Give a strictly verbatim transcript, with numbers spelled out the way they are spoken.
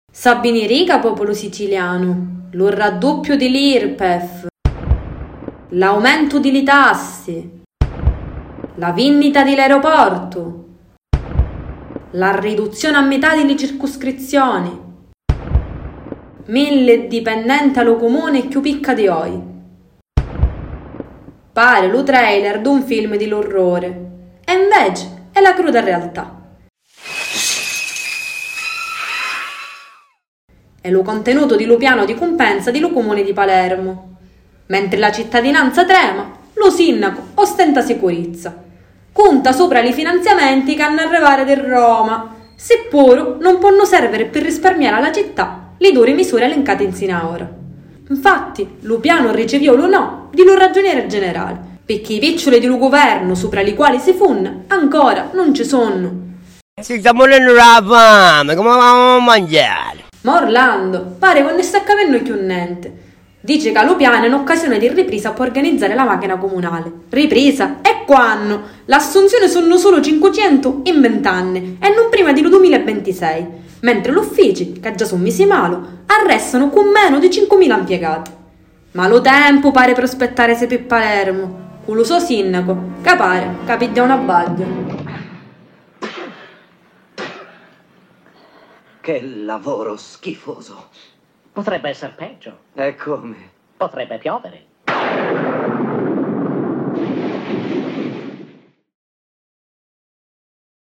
Sabini riga popolo siciliano, lo raddoppio dell'I R P E F, l'aumento delle tasse, la vendita dell'aeroporto, la riduzione a metà delle circoscrizioni, mille dipendenti allo comune più picca di oi. Pare lo trailer d'un film di l'orrore, e invece è la cruda realtà. È lo contenuto di lo piano di compensa di lo comune di Palermo. Mentre la cittadinanza trema, lo sindaco ostenta sicurezza. Conta sopra i finanziamenti che hanno arrivare da Roma, seppur non possono servere per risparmiare alla città le dure misure elencate in sinaora. Infatti, lo piano riceviò lo no di lo ragioniere generale, perché i piccioli di lo governo sopra i quali si funna ancora non ci sono. Si sta morendo la fame, come vamo a mangiare? Ma Orlando pare che non sta capendo più niente. Dice che lo piano è un'occasione di ripresa per organizzare la macchina comunale. Ripresa? E quando? L'assunzione sono solo cinquecento in venti anni e non prima di duemilaventisei, mentre gli uffici, che già sono mesi malo, arrestano con meno di cinquemila impiegati. Ma lo tempo pare prospettare se per Palermo, con lo suo sindaco, che pare capiglia una baglia. Che lavoro schifoso. Potrebbe essere peggio. E come? Potrebbe piovere.